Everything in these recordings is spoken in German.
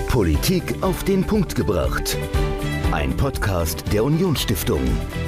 Politik auf den Punkt gebracht. Ein Podcast der Unionsstiftung.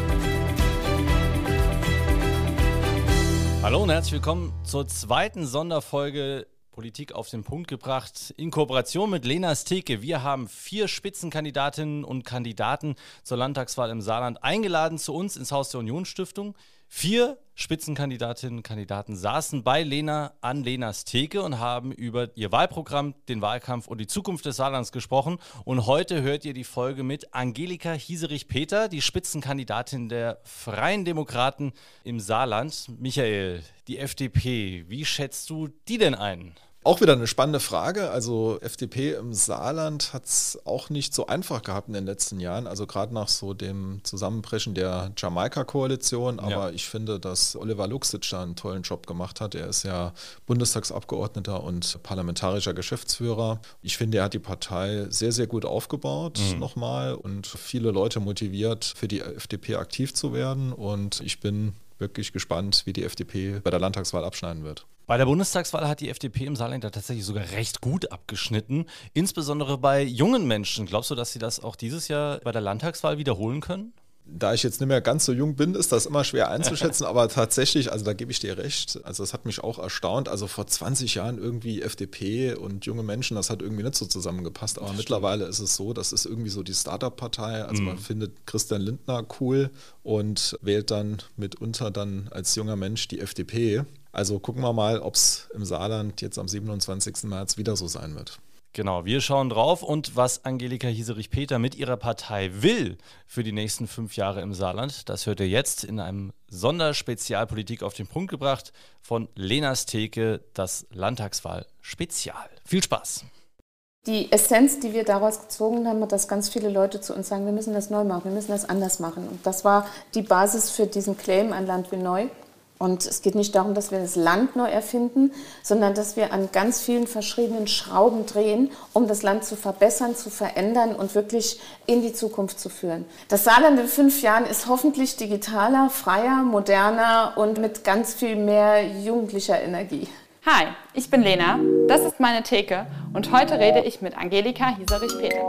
Hallo und herzlich willkommen zur zweiten Sonderfolge Politik auf den Punkt gebracht in Kooperation mit Lenas Theke. Wir haben 4 Spitzenkandidatinnen und Kandidaten zur Landtagswahl im Saarland eingeladen zu uns ins Haus der Unionsstiftung. 4 Spitzenkandidatinnen und Kandidaten saßen bei Lena an Lenas Theke und haben über ihr Wahlprogramm, den Wahlkampf und die Zukunft des Saarlands gesprochen. Und heute hört ihr die Folge mit Angelika Hieserich-Peter, die Spitzenkandidatin der Freien Demokraten im Saarland. Michael, die FDP, wie schätzt du die denn ein? Auch wieder eine spannende Frage. Also FDP im Saarland hat es auch nicht so einfach gehabt in den letzten Jahren. Also gerade nach so dem Zusammenbrechen der Jamaika-Koalition. Aber ich finde, dass Oliver Luksic da einen tollen Job gemacht hat. Er ist ja Bundestagsabgeordneter und parlamentarischer Geschäftsführer. Ich finde, er hat die Partei sehr, sehr gut aufgebaut nochmal und viele Leute motiviert, für die FDP aktiv zu werden. Und ich bin wirklich gespannt, wie die FDP bei der Landtagswahl abschneiden wird. Bei der Bundestagswahl hat die FDP im Saarland tatsächlich sogar recht gut abgeschnitten, insbesondere bei jungen Menschen. Glaubst du, dass sie das auch dieses Jahr bei der Landtagswahl wiederholen können? Da ich jetzt nicht mehr ganz so jung bin, ist das immer schwer einzuschätzen, aber tatsächlich, also da gebe ich dir recht, also das hat mich auch erstaunt, also vor 20 Jahren irgendwie FDP und junge Menschen, das hat irgendwie nicht so zusammengepasst, aber mittlerweile ist es so, das ist irgendwie so die Startup-Partei, also man findet Christian Lindner cool und wählt dann mitunter dann als junger Mensch die FDP. Also gucken wir mal, ob es im Saarland jetzt am 27. März wieder so sein wird. Genau, wir schauen drauf und was Angelika Hieserich-Peter mit ihrer Partei will für die nächsten 5 Jahre im Saarland, das hört ihr jetzt in einem Sonderspezialpolitik auf den Punkt gebracht von Lenas Theke, das Landtagswahl-Spezial. Viel Spaß! Die Essenz, die wir daraus gezogen haben, dass ganz viele Leute zu uns sagen, wir müssen das neu machen, wir müssen das anders machen. Und das war die Basis für diesen Claim, ein Land wie neu. Und es geht nicht darum, dass wir das Land neu erfinden, sondern dass wir an ganz vielen verschiedenen Schrauben drehen, um das Land zu verbessern, zu verändern und wirklich in die Zukunft zu führen. Das Saarland in 5 Jahren ist hoffentlich digitaler, freier, moderner und mit ganz viel mehr jugendlicher Energie. Hi, ich bin Lena, das ist meine Theke und heute rede ich mit Angelika Hieserich-Peter.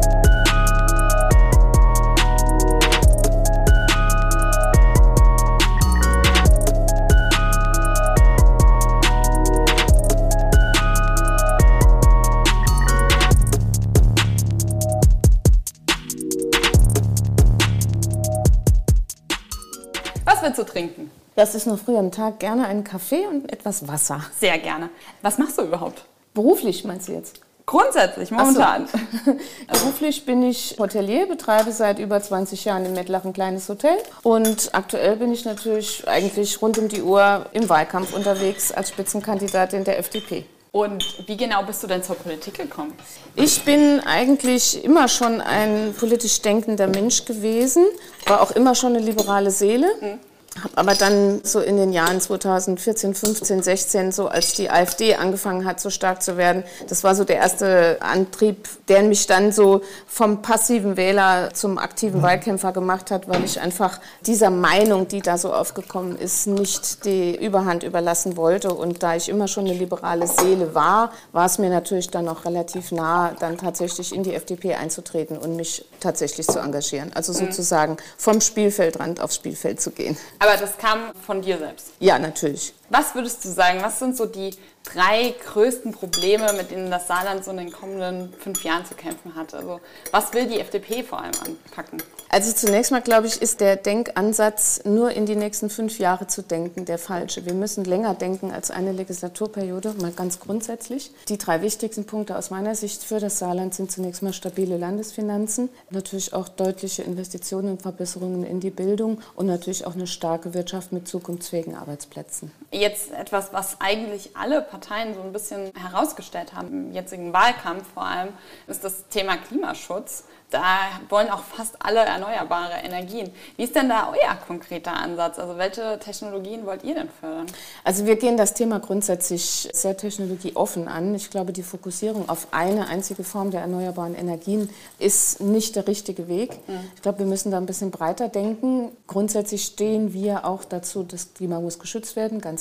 Was willst du trinken? Das ist noch früh am Tag, gerne einen Kaffee und etwas Wasser. Sehr gerne. Was machst du überhaupt? Beruflich meinst du jetzt? Grundsätzlich, momentan. So. Beruflich bin ich Hotelier, betreibe seit über 20 Jahren in Mettlach ein kleines Hotel. Und aktuell bin ich natürlich eigentlich rund um die Uhr im Wahlkampf unterwegs als Spitzenkandidatin der FDP. Und wie genau bist du denn zur Politik gekommen? Ich bin eigentlich immer schon ein politisch denkender Mensch gewesen, war auch immer schon eine liberale Seele. Habe aber dann so in den Jahren 2014, 15, 16, so als die AfD angefangen hat, so stark zu werden, das war so der erste Antrieb, der mich dann so vom passiven Wähler zum aktiven Wahlkämpfer gemacht hat, weil ich einfach dieser Meinung, die da so aufgekommen ist, nicht die Überhand überlassen wollte. Und da ich immer schon eine liberale Seele war, war es mir natürlich dann auch relativ nah, dann tatsächlich in die FDP einzutreten und mich tatsächlich zu engagieren. Also sozusagen vom Spielfeldrand aufs Spielfeld zu gehen. Aber das kam von dir selbst? Ja, natürlich. Was würdest du sagen, was sind so die 3 größten Probleme, mit denen das Saarland so in den kommenden 5 Jahren zu kämpfen hat? Also was will die FDP vor allem anpacken? Also zunächst mal, glaube ich, ist der Denkansatz, nur in die nächsten 5 Jahre zu denken, der falsche. Wir müssen länger denken als eine Legislaturperiode, mal ganz grundsätzlich. Die 3 wichtigsten Punkte aus meiner Sicht für das Saarland sind zunächst mal stabile Landesfinanzen, natürlich auch deutliche Investitionen und Verbesserungen in die Bildung und natürlich auch eine starke Wirtschaft mit zukunftsfähigen Arbeitsplätzen. Jetzt etwas, was eigentlich alle Parteien so ein bisschen herausgestellt haben, im jetzigen Wahlkampf vor allem, ist das Thema Klimaschutz. Da wollen auch fast alle erneuerbare Energien. Wie ist denn da euer konkreter Ansatz? Also welche Technologien wollt ihr denn fördern? Also wir gehen das Thema grundsätzlich sehr technologieoffen an. Ich glaube, die Fokussierung auf eine einzige Form der erneuerbaren Energien ist nicht der richtige Weg. Ich glaube, wir müssen da ein bisschen breiter denken. Grundsätzlich stehen wir auch dazu, das Klima muss geschützt werden, ganz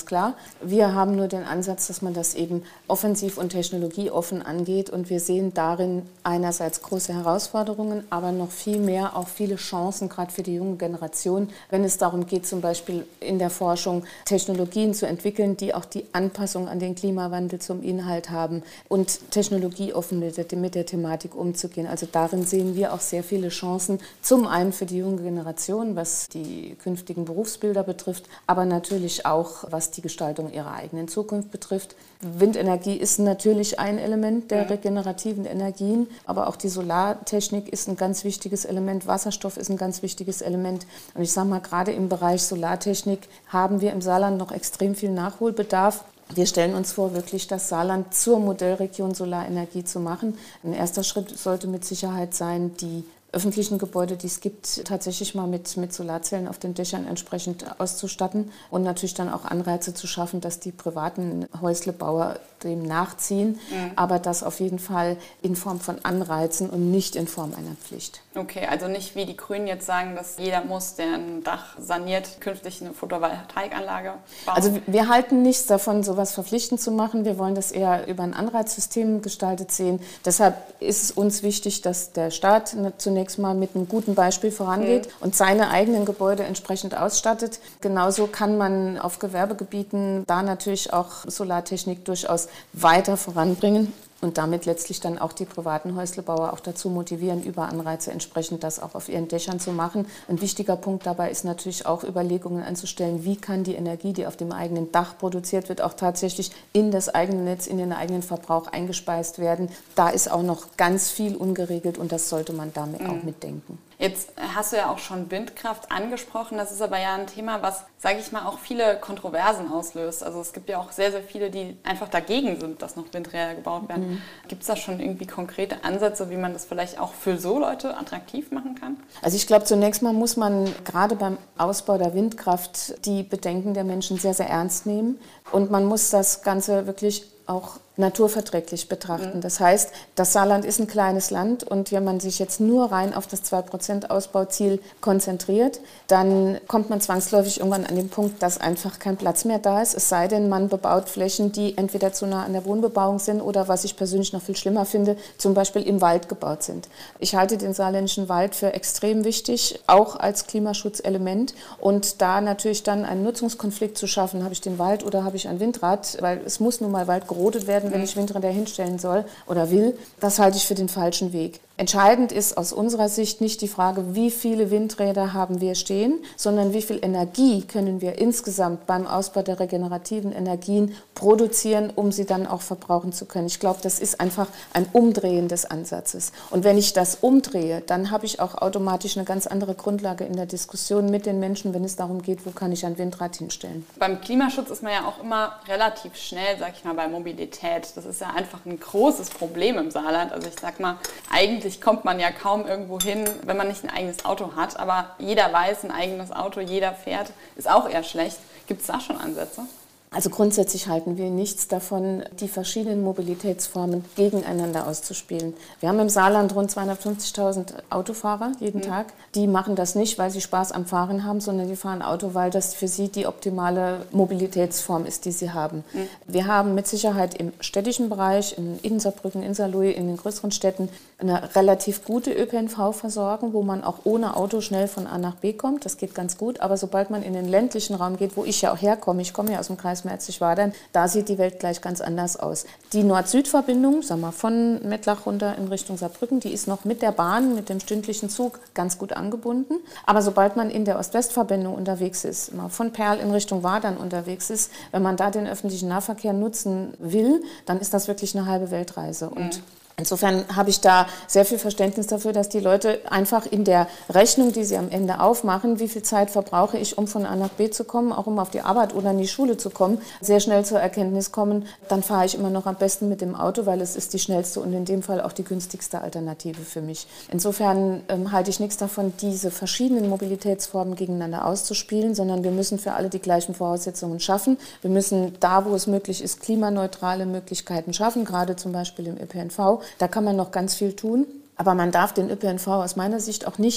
klar. Wir haben nur den Ansatz, dass man das eben offensiv und technologieoffen angeht. Und wir sehen darin einerseits große Herausforderungen, aber noch viel mehr auch viele Chancen, gerade für die junge Generation, wenn es darum geht, zum Beispiel in der Forschung Technologien zu entwickeln, die auch die Anpassung an den Klimawandel zum Inhalt haben und technologieoffen mit der Thematik umzugehen. Also darin sehen wir auch sehr viele Chancen, zum einen für die junge Generation, was die künftigen Berufsbilder betrifft, aber natürlich auch, was die Gestaltung ihrer eigenen Zukunft betrifft. Windenergie ist natürlich ein Element der regenerativen Energien, aber auch die Solartechnik ist ein ganz wichtiges Element, Wasserstoff ist ein ganz wichtiges Element. Und ich sage mal, gerade im Bereich Solartechnik haben wir im Saarland noch extrem viel Nachholbedarf. Wir stellen uns vor, wirklich das Saarland zur Modellregion Solarenergie zu machen. Ein erster Schritt sollte mit Sicherheit sein, die öffentlichen Gebäude, die es gibt, tatsächlich mal mit Solarzellen auf den Dächern entsprechend auszustatten und natürlich dann auch Anreize zu schaffen, dass die privaten Häuslebauer dem nachziehen, aber das auf jeden Fall in Form von Anreizen und nicht in Form einer Pflicht. Okay, also nicht wie die Grünen jetzt sagen, dass jeder muss, der ein Dach saniert, künftig eine Photovoltaikanlage bauen. Also wir halten nichts davon, sowas verpflichtend zu machen. Wir wollen das eher über ein Anreizsystem gestaltet sehen. Deshalb ist es uns wichtig, dass der Staat zunächst mal mit einem guten Beispiel vorangeht und seine eigenen Gebäude entsprechend ausstattet. Genauso kann man auf Gewerbegebieten da natürlich auch Solartechnik durchaus weiter voranbringen. Und damit letztlich dann auch die privaten Häuslebauer auch dazu motivieren, über Anreize entsprechend das auch auf ihren Dächern zu machen. Ein wichtiger Punkt dabei ist natürlich auch Überlegungen anzustellen, wie kann die Energie, die auf dem eigenen Dach produziert wird, auch tatsächlich in das eigene Netz, in den eigenen Verbrauch eingespeist werden. Da ist auch noch ganz viel ungeregelt und das sollte man damit auch mitdenken. Jetzt hast du ja auch schon Windkraft angesprochen. Das ist aber ja ein Thema, was, sage ich mal, auch viele Kontroversen auslöst. Also es gibt ja auch sehr, sehr viele, die einfach dagegen sind, dass noch Windräder gebaut werden. Gibt es da schon irgendwie konkrete Ansätze, wie man das vielleicht auch für so Leute attraktiv machen kann? Also ich glaube, zunächst mal muss man gerade beim Ausbau der Windkraft die Bedenken der Menschen sehr, sehr ernst nehmen. Und man muss das Ganze wirklich auch naturverträglich betrachten. Das heißt, das Saarland ist ein kleines Land und wenn man sich jetzt nur rein auf das 2% Ausbauziel konzentriert, dann kommt man zwangsläufig irgendwann an den Punkt, dass einfach kein Platz mehr da ist. Es sei denn, man bebaut Flächen, die entweder zu nah an der Wohnbebauung sind oder, was ich persönlich noch viel schlimmer finde, zum Beispiel im Wald gebaut sind. Ich halte den saarländischen Wald für extrem wichtig, auch als Klimaschutzelement. Und da natürlich dann einen Nutzungskonflikt zu schaffen, habe ich den Wald oder habe ich ein Windrad, weil es muss nun mal Wald gerodet werden, wenn ich Windräder hinstellen soll oder will, das halte ich für den falschen Weg. Entscheidend ist aus unserer Sicht nicht die Frage, wie viele Windräder haben wir stehen, sondern wie viel Energie können wir insgesamt beim Ausbau der regenerativen Energien produzieren, um sie dann auch verbrauchen zu können. Ich glaube, das ist einfach ein Umdrehen des Ansatzes. Und wenn ich das umdrehe, dann habe ich auch automatisch eine ganz andere Grundlage in der Diskussion mit den Menschen, wenn es darum geht, wo kann ich ein Windrad hinstellen. Beim Klimaschutz ist man ja auch immer relativ schnell, sag ich mal, bei Mobilität. Das ist ja einfach ein großes Problem im Saarland. Also ich sag mal, eigentlich kommt man ja kaum irgendwo hin, wenn man nicht ein eigenes Auto hat. Aber jeder weiß, ein eigenes Auto, jeder fährt, ist auch eher schlecht. Gibt es da schon Ansätze? Also grundsätzlich halten wir nichts davon, die verschiedenen Mobilitätsformen gegeneinander auszuspielen. Wir haben im Saarland rund 250.000 Autofahrer jeden Tag. Die machen das nicht, weil sie Spaß am Fahren haben, sondern die fahren Auto, weil das für sie die optimale Mobilitätsform ist, die sie haben. Wir haben mit Sicherheit im städtischen Bereich, in Saarbrücken, in Saarlouis, in den größeren Städten, eine relativ gute ÖPNV-Versorgung, wo man auch ohne Auto schnell von A nach B kommt. Das geht ganz gut. Aber sobald man in den ländlichen Raum geht, wo ich ja auch herkomme, ich komme ja aus dem Kreis Merzig-Wadern, da sieht die Welt gleich ganz anders aus. Die Nord-Süd-Verbindung, sagen wir, von Mettlach runter in Richtung Saarbrücken, die ist noch mit der Bahn, mit dem stündlichen Zug ganz gut angebunden. Aber sobald man in der Ost-West-Verbindung unterwegs ist, mal von Perl in Richtung Wadern unterwegs ist, wenn man da den öffentlichen Nahverkehr nutzen will, dann ist das wirklich eine halbe Weltreise. Und insofern habe ich da sehr viel Verständnis dafür, dass die Leute einfach in der Rechnung, die sie am Ende aufmachen, wie viel Zeit verbrauche ich, um von A nach B zu kommen, auch um auf die Arbeit oder in die Schule zu kommen, sehr schnell zur Erkenntnis kommen, dann fahre ich immer noch am besten mit dem Auto, weil es ist die schnellste und in dem Fall auch die günstigste Alternative für mich. Insofern halte ich nichts davon, diese verschiedenen Mobilitätsformen gegeneinander auszuspielen, sondern wir müssen für alle die gleichen Voraussetzungen schaffen. Wir müssen da, wo es möglich ist, klimaneutrale Möglichkeiten schaffen, gerade zum Beispiel im ÖPNV. Da kann man noch ganz viel tun, aber man darf den ÖPNV aus meiner Sicht auch nicht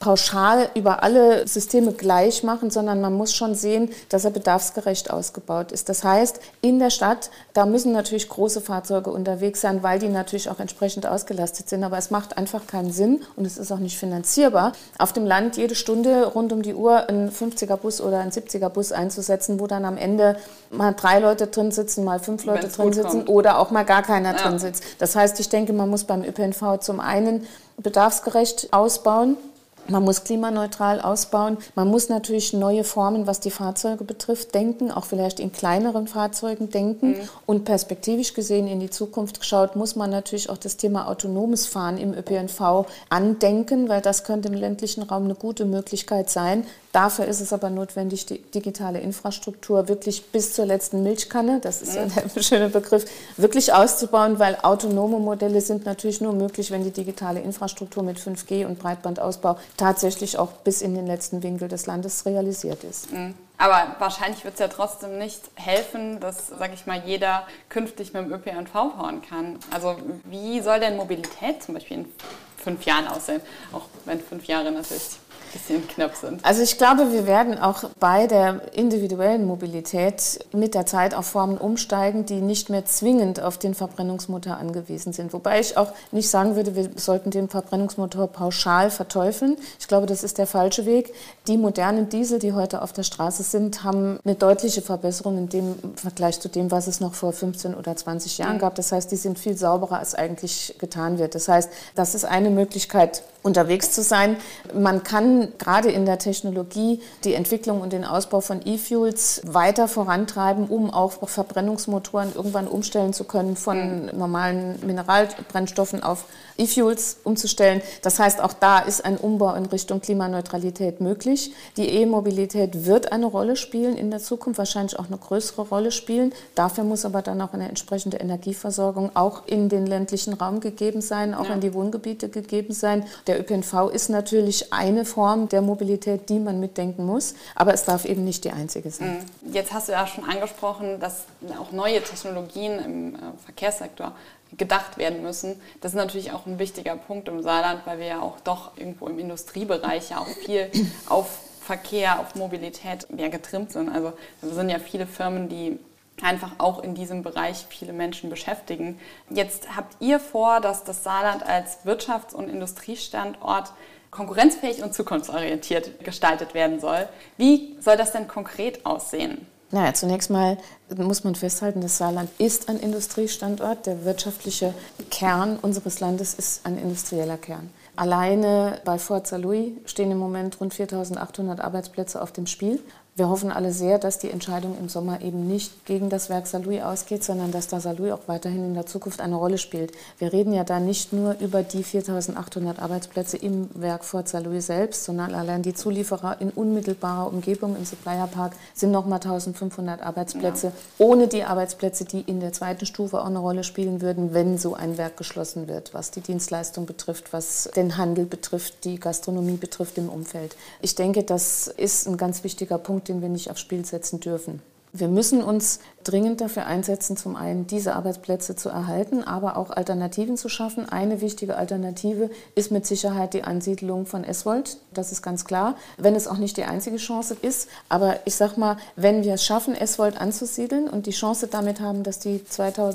pauschal über alle Systeme gleich machen, sondern man muss schon sehen, dass er bedarfsgerecht ausgebaut ist. Das heißt, in der Stadt, da müssen natürlich große Fahrzeuge unterwegs sein, weil die natürlich auch entsprechend ausgelastet sind. Aber es macht einfach keinen Sinn und es ist auch nicht finanzierbar, auf dem Land jede Stunde rund um die Uhr einen 50er-Bus oder einen 70er-Bus einzusetzen, wo dann am Ende mal 3 Leute drin sitzen, mal 5 Leute drin sitzen oder auch mal gar keiner drin sitzt. Das heißt, ich denke, man muss beim ÖPNV zum einen bedarfsgerecht ausbauen. Man muss klimaneutral ausbauen. Man muss natürlich neue Formen, was die Fahrzeuge betrifft, denken, auch vielleicht in kleineren Fahrzeugen denken. Und perspektivisch gesehen in die Zukunft geschaut, muss man natürlich auch das Thema autonomes Fahren im ÖPNV andenken, weil das könnte im ländlichen Raum eine gute Möglichkeit sein. Dafür ist es aber notwendig, die digitale Infrastruktur wirklich bis zur letzten Milchkanne, das ist ja der schöne Begriff, wirklich auszubauen, weil autonome Modelle sind natürlich nur möglich, wenn die digitale Infrastruktur mit 5G und Breitbandausbau tatsächlich auch bis in den letzten Winkel des Landes realisiert ist. Aber wahrscheinlich wird es ja trotzdem nicht helfen, dass, sage ich mal, jeder künftig mit dem ÖPNV fahren kann. Also wie soll denn Mobilität zum Beispiel in 5 Jahren aussehen? Auch wenn 5 Jahre natürlich ein bisschen knapp sind. Also ich glaube, wir werden auch bei der individuellen Mobilität mit der Zeit auf Formen umsteigen, die nicht mehr zwingend auf den Verbrennungsmotor angewiesen sind. Wobei ich auch nicht sagen würde, wir sollten den Verbrennungsmotor pauschal verteufeln. Ich glaube, das ist der falsche Weg. Die modernen Diesel, die heute auf der Straße sind, haben eine deutliche Verbesserung in dem Vergleich zu dem, was es noch vor 15 oder 20 Jahren gab. Das heißt, die sind viel sauberer, als eigentlich getan wird. Das heißt, das ist eine Möglichkeit, unterwegs zu sein. Man kann gerade in der Technologie die Entwicklung und den Ausbau von E-Fuels weiter vorantreiben, um auch Verbrennungsmotoren irgendwann umstellen zu können, von normalen Mineralbrennstoffen auf E-Fuels umzustellen. Das heißt, auch da ist ein Umbau in Richtung Klimaneutralität möglich. Die E-Mobilität wird eine Rolle spielen in der Zukunft, wahrscheinlich auch eine größere Rolle spielen. Dafür muss aber dann auch eine entsprechende Energieversorgung auch in den ländlichen Raum gegeben sein, auch in die Wohngebiete gegeben sein. Der ÖPNV ist natürlich eine Form der Mobilität, die man mitdenken muss, aber es darf eben nicht die einzige sein. Jetzt hast du ja schon angesprochen, dass auch neue Technologien im Verkehrssektor gedacht werden müssen. Das ist natürlich auch ein wichtiger Punkt im Saarland, weil wir ja auch doch irgendwo im Industriebereich ja auch viel auf Verkehr, auf Mobilität getrimmt sind. Also da sind ja viele Firmen, die einfach auch in diesem Bereich viele Menschen beschäftigen. Jetzt habt ihr vor, dass das Saarland als Wirtschafts- und Industriestandort konkurrenzfähig und zukunftsorientiert gestaltet werden soll. Wie soll das denn konkret aussehen? Naja, zunächst mal muss man festhalten, das Saarland ist ein Industriestandort. Der wirtschaftliche Kern unseres Landes ist ein industrieller Kern. Alleine bei Fort Saarlouis stehen im Moment rund 4.800 Arbeitsplätze auf dem Spiel. Wir hoffen alle sehr, dass die Entscheidung im Sommer eben nicht gegen das Werk Saarlouis ausgeht, sondern dass da Saarlouis auch weiterhin in der Zukunft eine Rolle spielt. Wir reden ja da nicht nur über die 4.800 Arbeitsplätze im Werk Fort Saarlouis selbst, sondern allein die Zulieferer in unmittelbarer Umgebung im Supplierpark sind nochmal 1.500 Arbeitsplätze, ohne die Arbeitsplätze, die in der zweiten Stufe auch eine Rolle spielen würden, wenn so ein Werk geschlossen wird, was die Dienstleistung betrifft, was den Handel betrifft, die Gastronomie betrifft im Umfeld. Ich denke, das ist ein ganz wichtiger Punkt, den wir nicht aufs Spiel setzen dürfen. Wir müssen uns dringend dafür einsetzen, zum einen diese Arbeitsplätze zu erhalten, aber auch Alternativen zu schaffen. Eine wichtige Alternative ist mit Sicherheit die Ansiedlung von Eswold. Das ist ganz klar, wenn es auch nicht die einzige Chance ist. Aber ich sag mal, wenn wir es schaffen, Eswold anzusiedeln und die Chance damit haben, dass die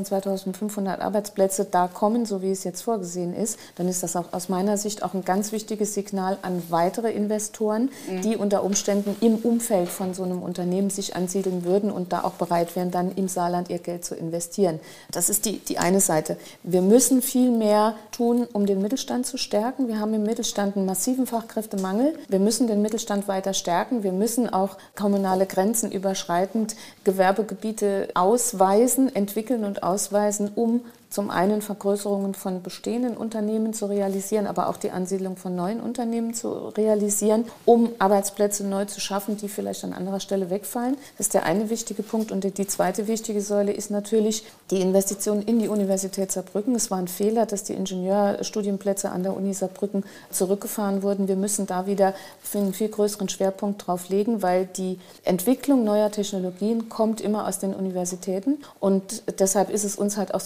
2.500 Arbeitsplätze da kommen, so wie es jetzt vorgesehen ist, dann ist das auch aus meiner Sicht auch ein ganz wichtiges Signal an weitere Investoren, die unter Umständen im Umfeld von so einem Unternehmen sich ansiedeln würden und da auch bereit wären, dann im Saarland ihr Geld zu investieren. Das ist die eine Seite. Wir müssen viel mehr tun, um den Mittelstand zu stärken. Wir haben im Mittelstand einen massiven Fachkräftemangel. Wir müssen den Mittelstand weiter stärken. Wir müssen auch kommunale Grenzen überschreitend Gewerbegebiete ausweisen, entwickeln und ausweisen, um zum einen Vergrößerungen von bestehenden Unternehmen zu realisieren, aber auch die Ansiedlung von neuen Unternehmen zu realisieren, um Arbeitsplätze neu zu schaffen, die vielleicht an anderer Stelle wegfallen. Das ist der eine wichtige Punkt. Und die zweite wichtige Säule ist natürlich die Investition in die Universität Saarbrücken. Es war ein Fehler, dass die Ingenieurstudienplätze an der Uni Saarbrücken zurückgefahren wurden. Wir müssen da wieder einen viel größeren Schwerpunkt drauf legen, weil die Entwicklung neuer Technologien kommt immer aus den Universitäten. Und deshalb ist es uns halt auch so wichtig,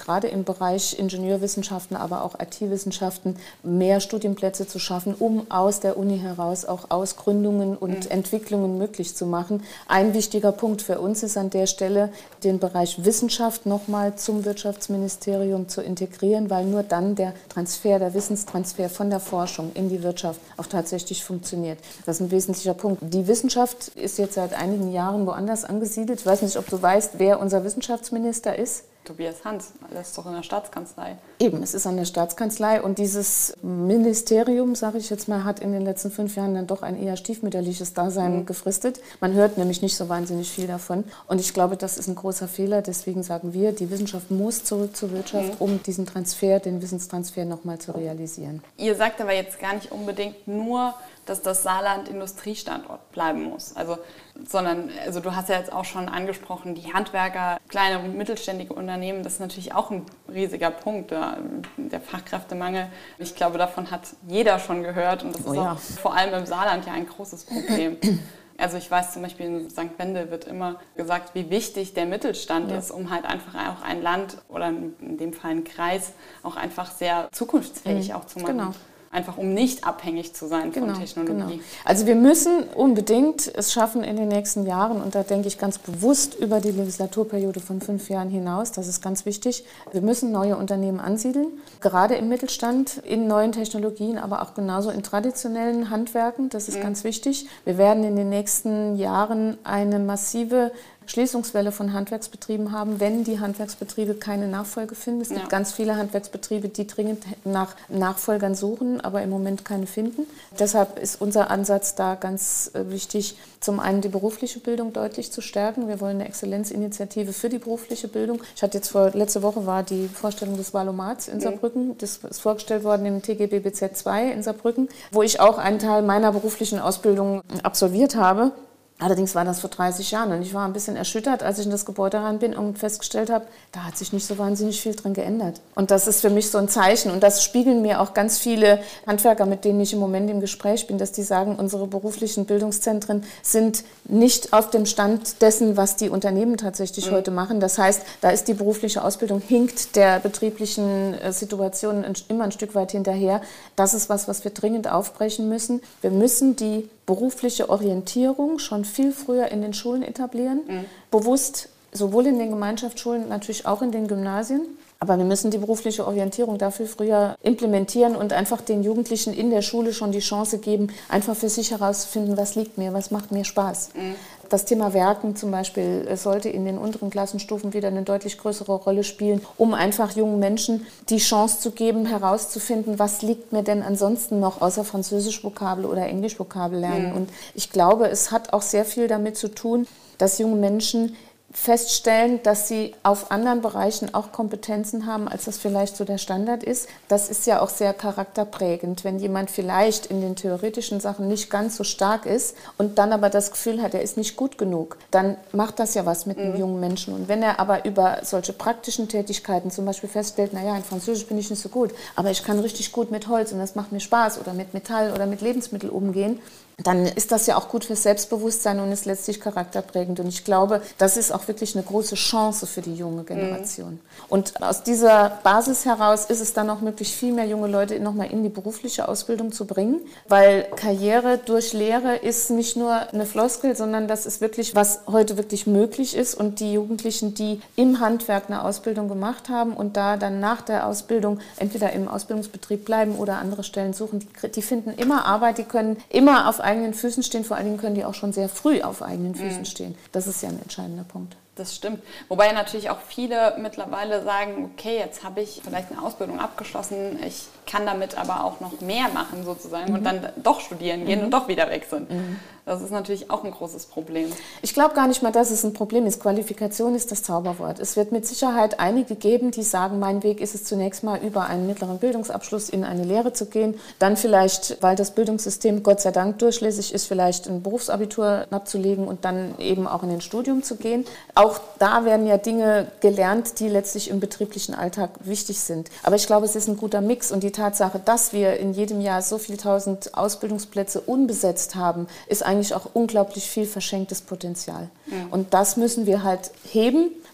gerade im Bereich Ingenieurwissenschaften, aber auch IT-Wissenschaften mehr Studienplätze zu schaffen, um aus der Uni heraus auch Ausgründungen und Entwicklungen möglich zu machen. Ein wichtiger Punkt für uns ist an der Stelle, den Bereich Wissenschaft nochmal zum Wirtschaftsministerium zu integrieren, weil nur dann der Wissenstransfer von der Forschung in die Wirtschaft auch tatsächlich funktioniert. Das ist ein wesentlicher Punkt. Die Wissenschaft ist jetzt seit einigen Jahren woanders angesiedelt. Ich weiß nicht, ob du weißt, wer unser Wissenschaftsminister ist. Tobias Hans, das ist doch in der Staatskanzlei. Eben, es ist an der Staatskanzlei und dieses Ministerium, sage ich jetzt mal, hat in den letzten 5 Jahren dann doch ein eher stiefmütterliches Dasein gefristet. Man hört nämlich nicht so wahnsinnig viel davon und ich glaube, das ist ein großer Fehler. Deswegen sagen wir, die Wissenschaft muss zurück zur Wirtschaft, um diesen Transfer, den Wissenstransfer nochmal zu realisieren. Ihr sagt aber jetzt gar nicht unbedingt nur, dass das Saarland Industriestandort bleiben muss. Sondern du hast ja jetzt auch schon angesprochen, die Handwerker, kleine und mittelständige Unternehmen, das ist natürlich auch ein riesiger Punkt, der Fachkräftemangel. Ich glaube, davon hat jeder schon gehört und das ist auch vor allem im Saarland ja ein großes Problem. Also ich weiß zum Beispiel in St. Wendel wird immer gesagt, wie wichtig der Mittelstand ist, um halt einfach auch ein Land oder in dem Fall einen Kreis auch einfach sehr zukunftsfähig auch zu machen. Genau. Einfach um nicht abhängig zu sein von Technologie. Genau. Also wir müssen unbedingt es schaffen in den nächsten Jahren, und da denke ich ganz bewusst über die Legislaturperiode von 5 Jahren hinaus, das ist ganz wichtig, wir müssen neue Unternehmen ansiedeln, gerade im Mittelstand, in neuen Technologien, aber auch genauso in traditionellen Handwerken, das ist ganz wichtig. Wir werden in den nächsten Jahren eine massive Schließungswelle von Handwerksbetrieben haben, wenn die Handwerksbetriebe keine Nachfolge finden. Es gibt ganz viele Handwerksbetriebe, die dringend nach Nachfolgern suchen, aber im Moment keine finden. Deshalb ist unser Ansatz da ganz wichtig, zum einen die berufliche Bildung deutlich zu stärken. Wir wollen eine Exzellenzinitiative für die berufliche Bildung. Ich hatte jetzt letzte Woche war die Vorstellung des Valomats in Saarbrücken. Das ist vorgestellt worden im TGBBZ 2 in Saarbrücken, wo ich auch einen Teil meiner beruflichen Ausbildung absolviert habe. Allerdings war das vor 30 Jahren und ich war ein bisschen erschüttert, als ich in das Gebäude rein bin und festgestellt habe, da hat sich nicht so wahnsinnig viel drin geändert. Und das ist für mich so ein Zeichen und das spiegeln mir auch ganz viele Handwerker, mit denen ich im Moment im Gespräch bin, dass die sagen, unsere beruflichen Bildungszentren sind nicht auf dem Stand dessen, was die Unternehmen tatsächlich heute machen. Das heißt, da ist die berufliche Ausbildung, hinkt der betrieblichen Situation immer ein Stück weit hinterher. Das ist was wir dringend aufbrechen müssen. Wir müssen die berufliche Orientierung schon viel früher in den Schulen etablieren, bewusst sowohl in den Gemeinschaftsschulen, natürlich auch in den Gymnasien. Aber wir müssen die berufliche Orientierung dafür früher implementieren und einfach den Jugendlichen in der Schule schon die Chance geben, einfach für sich herauszufinden, was liegt mir, was macht mir Spaß. Das Thema Werken zum Beispiel sollte in den unteren Klassenstufen wieder eine deutlich größere Rolle spielen, um einfach jungen Menschen die Chance zu geben, herauszufinden, was liegt mir denn ansonsten noch außer Französisch-Vokabel oder Englisch-Vokabel lernen. Und ich glaube, es hat auch sehr viel damit zu tun, dass junge Menschen feststellen, dass sie auf anderen Bereichen auch Kompetenzen haben, als das vielleicht so der Standard ist. Das ist ja auch sehr charakterprägend. Wenn jemand vielleicht in den theoretischen Sachen nicht ganz so stark ist und dann aber das Gefühl hat, er ist nicht gut genug, dann macht das ja was mit einem jungen Menschen. Und wenn er aber über solche praktischen Tätigkeiten zum Beispiel feststellt, naja, in Französisch bin ich nicht so gut, aber ich kann richtig gut mit Holz und das macht mir Spaß oder mit Metall oder mit Lebensmitteln umgehen, dann ist das ja auch gut fürs Selbstbewusstsein und ist letztlich charakterprägend. Und ich glaube, das ist auch wirklich eine große Chance für die junge Generation. Und aus dieser Basis heraus ist es dann auch möglich, viel mehr junge Leute nochmal in die berufliche Ausbildung zu bringen, weil Karriere durch Lehre ist nicht nur eine Floskel, sondern das ist wirklich, was heute wirklich möglich ist. Und die Jugendlichen, die im Handwerk eine Ausbildung gemacht haben und da dann nach der Ausbildung entweder im Ausbildungsbetrieb bleiben oder andere Stellen suchen, die finden immer Arbeit, die können immer auf eigenen Füßen stehen, vor allen Dingen können die auch schon sehr früh auf eigenen Füßen stehen. Das ist ja ein entscheidender Punkt. Das stimmt. Wobei natürlich auch viele mittlerweile sagen, okay, jetzt habe ich vielleicht eine Ausbildung abgeschlossen, ich kann damit aber auch noch mehr machen sozusagen und dann doch studieren gehen und doch wieder weg sind. Das ist natürlich auch ein großes Problem. Ich glaube gar nicht mal, dass es ein Problem ist. Qualifikation ist das Zauberwort. Es wird mit Sicherheit einige geben, die sagen, mein Weg ist es zunächst mal über einen mittleren Bildungsabschluss in eine Lehre zu gehen. Dann vielleicht, weil das Bildungssystem Gott sei Dank durchlässig ist, vielleicht ein Berufsabitur abzulegen und dann eben auch in den Studium zu gehen. Auch da werden ja Dinge gelernt, die letztlich im betrieblichen Alltag wichtig sind. Aber ich glaube, es ist ein guter Mix und die Tatsache, dass wir in jedem Jahr so viele tausend Ausbildungsplätze unbesetzt haben, ist eigentlich auch unglaublich viel verschenktes Potenzial. Und das müssen wir halt heben,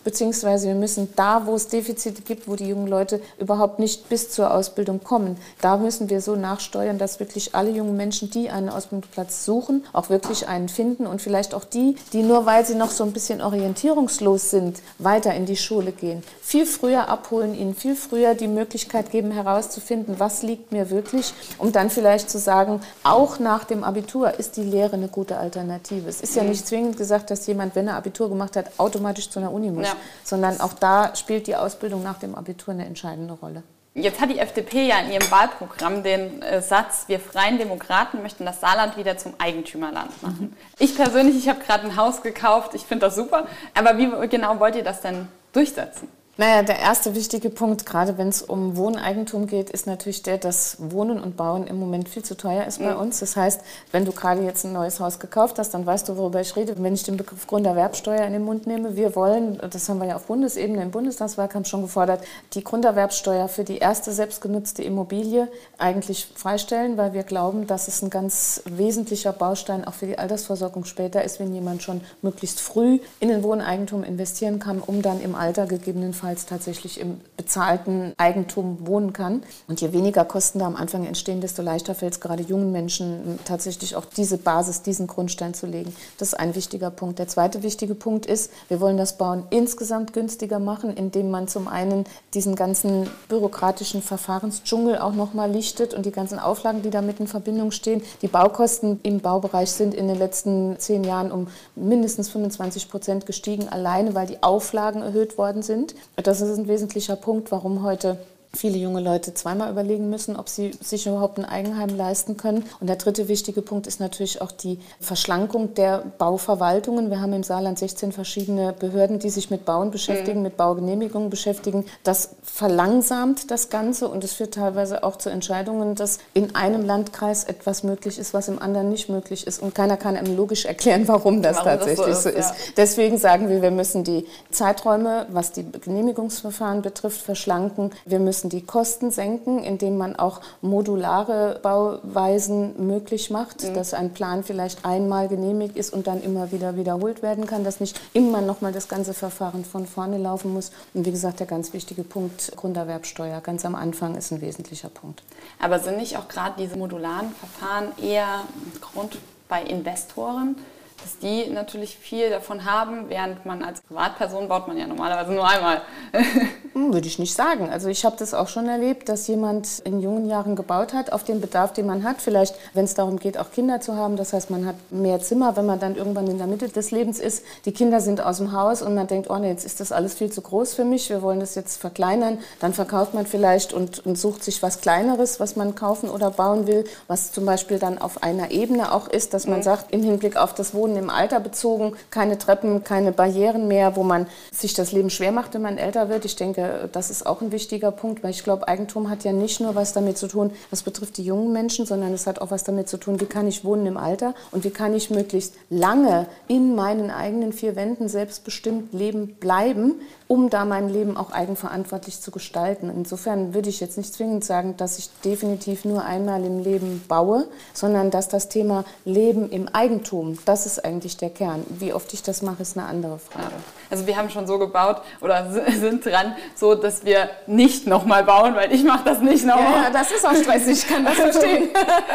beziehungsweise wir müssen da, wo es Defizite gibt, wo die jungen Leute überhaupt nicht bis zur Ausbildung kommen, da müssen wir so nachsteuern, dass wirklich alle jungen Menschen, die einen Ausbildungsplatz suchen, auch wirklich einen finden und vielleicht auch die nur weil sie noch so ein bisschen orientierungslos sind, weiter in die Schule gehen. Viel früher abholen, ihnen viel früher die Möglichkeit geben, herauszufinden, was liegt mir wirklich, um dann vielleicht zu sagen, auch nach dem Abitur ist die Lehre eine gute Alternative. Es ist ja nicht zwingend gesagt, dass jemand, wenn er Abitur gemacht hat, automatisch zu einer Uni muss, sondern auch da spielt die Ausbildung nach dem Abitur eine entscheidende Rolle. Jetzt hat die FDP ja in ihrem Wahlprogramm den Satz, wir Freien Demokraten möchten das Saarland wieder zum Eigentümerland machen. Ich persönlich, ich habe gerade ein Haus gekauft, ich finde das super, aber wie genau wollt ihr das denn durchsetzen? Naja, der erste wichtige Punkt, gerade wenn es um Wohneigentum geht, ist natürlich der, dass Wohnen und Bauen im Moment viel zu teuer ist bei uns. Das heißt, wenn du gerade jetzt ein neues Haus gekauft hast, dann weißt du, worüber ich rede. Wenn ich den Begriff Grunderwerbsteuer in den Mund nehme, wir wollen, das haben wir ja auf Bundesebene im Bundestagswahlkampf schon gefordert, die Grunderwerbsteuer für die erste selbstgenutzte Immobilie eigentlich freistellen, weil wir glauben, dass es ein ganz wesentlicher Baustein auch für die Altersversorgung später ist, wenn jemand schon möglichst früh in den Wohneigentum investieren kann, um dann im Alter gegebenenfalls tatsächlich im bezahlten Eigentum wohnen kann. Und je weniger Kosten da am Anfang entstehen, desto leichter fällt es gerade jungen Menschen tatsächlich auch diese Basis, diesen Grundstein zu legen. Das ist ein wichtiger Punkt. Der zweite wichtige Punkt ist, wir wollen das Bauen insgesamt günstiger machen, indem man zum einen diesen ganzen bürokratischen Verfahrensdschungel auch nochmal lichtet und die ganzen Auflagen, die damit in Verbindung stehen. Die Baukosten im Baubereich sind in den letzten 10 Jahren um mindestens 25% gestiegen, alleine weil die Auflagen erhöht worden sind. Das ist ein wesentlicher Punkt, warum heute viele junge Leute zweimal überlegen müssen, ob sie sich überhaupt ein Eigenheim leisten können. Und der dritte wichtige Punkt ist natürlich auch die Verschlankung der Bauverwaltungen. Wir haben im Saarland 16 verschiedene Behörden, die sich mit Bauen beschäftigen, mit Baugenehmigungen beschäftigen. Das verlangsamt das Ganze und es führt teilweise auch zu Entscheidungen, dass in einem Landkreis etwas möglich ist, was im anderen nicht möglich ist. Und keiner kann einem logisch erklären, warum das tatsächlich so ist. Deswegen sagen wir müssen die Zeiträume, was die Genehmigungsverfahren betrifft, verschlanken. Wir müssen die Kosten senken, indem man auch modulare Bauweisen möglich macht, dass ein Plan vielleicht einmal genehmigt ist und dann immer wieder wiederholt werden kann, dass nicht immer nochmal das ganze Verfahren von vorne laufen muss. Und wie gesagt, der ganz wichtige Punkt, Grunderwerbsteuer, ganz am Anfang ist ein wesentlicher Punkt. Aber sind nicht auch gerade diese modularen Verfahren eher ein Grund bei Investoren, dass die natürlich viel davon haben, während man als Privatperson baut man ja normalerweise nur einmal. Würde ich nicht sagen. Also ich habe das auch schon erlebt, dass jemand in jungen Jahren gebaut hat, auf den Bedarf, den man hat. Vielleicht, wenn es darum geht, auch Kinder zu haben. Das heißt, man hat mehr Zimmer, wenn man dann irgendwann in der Mitte des Lebens ist. Die Kinder sind aus dem Haus und man denkt, oh nee, jetzt ist das alles viel zu groß für mich. Wir wollen das jetzt verkleinern. Dann verkauft man vielleicht und sucht sich was Kleineres, was man kaufen oder bauen will. Was zum Beispiel dann auf einer Ebene auch ist, dass man sagt, im Hinblick auf das Wohnen im Alter bezogen, keine Treppen, keine Barrieren mehr, wo man sich das Leben schwer macht, wenn man älter wird. Ich denke, das ist auch ein wichtiger Punkt, weil ich glaube, Eigentum hat ja nicht nur was damit zu tun, was betrifft die jungen Menschen, sondern es hat auch was damit zu tun, wie kann ich wohnen im Alter und wie kann ich möglichst lange in meinen eigenen 4 Wänden selbstbestimmt leben bleiben, um da mein Leben auch eigenverantwortlich zu gestalten. Insofern würde ich jetzt nicht zwingend sagen, dass ich definitiv nur einmal im Leben baue, sondern dass das Thema Leben im Eigentum, das ist eigentlich der Kern. Wie oft ich das mache, ist eine andere Frage. Also wir haben schon so gebaut oder sind dran, so dass wir nicht nochmal bauen, weil ich mache das nicht nochmal. Ja, das ist auch stressig, ich kann das verstehen.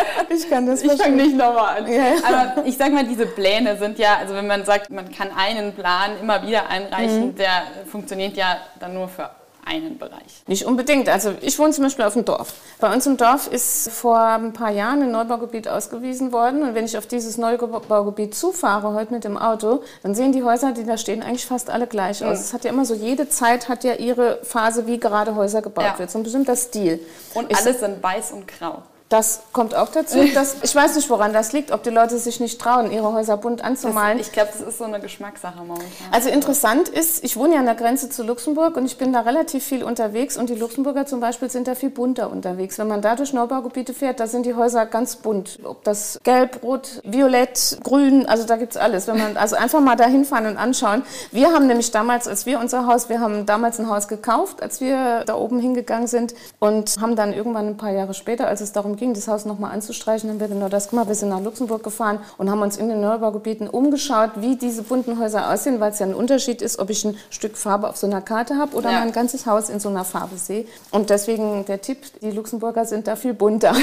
Ich fange nicht nochmal an. Ja. Aber ich sage mal, diese Pläne sind ja, also wenn man sagt, man kann einen Plan immer wieder einreichen, der funktioniert ja dann nur für einen Bereich. Nicht unbedingt. Also ich wohne zum Beispiel auf dem Dorf. Bei uns im Dorf ist vor ein paar Jahren ein Neubaugebiet ausgewiesen worden. Und wenn ich auf dieses Neubaugebiet zufahre, heute mit dem Auto, dann sehen die Häuser, die da stehen, eigentlich fast alle gleich aus. Es hat ja immer so, jede Zeit hat ja ihre Phase, wie gerade Häuser gebaut wird. So ein bestimmter Stil. Und alles sind weiß und grau. Das kommt auch dazu. Ich weiß nicht, woran das liegt, ob die Leute sich nicht trauen, ihre Häuser bunt anzumalen. Ich glaube, das ist so eine Geschmackssache momentan. Also interessant ist, ich wohne ja an der Grenze zu Luxemburg und ich bin da relativ viel unterwegs und die Luxemburger zum Beispiel sind da viel bunter unterwegs. Wenn man da durch Neubaugebiete fährt, da sind die Häuser ganz bunt. Ob das gelb, rot, violett, grün, also da gibt's alles. Wenn man also einfach mal da hinfahren und anschauen. Wir haben nämlich damals, wir haben damals ein Haus gekauft, als wir da oben hingegangen sind und haben dann irgendwann ein paar Jahre später, als es darum ging, ging, das Haus nochmal anzustreichen, haben wir genau das gemacht. Wir sind nach Luxemburg gefahren und haben uns in den Neubaugebieten umgeschaut, wie diese bunten Häuser aussehen, weil es ja ein Unterschied ist, ob ich ein Stück Farbe auf so einer Karte habe oder mein ganzes Haus in so einer Farbe sehe. Und deswegen der Tipp, die Luxemburger sind da viel bunter.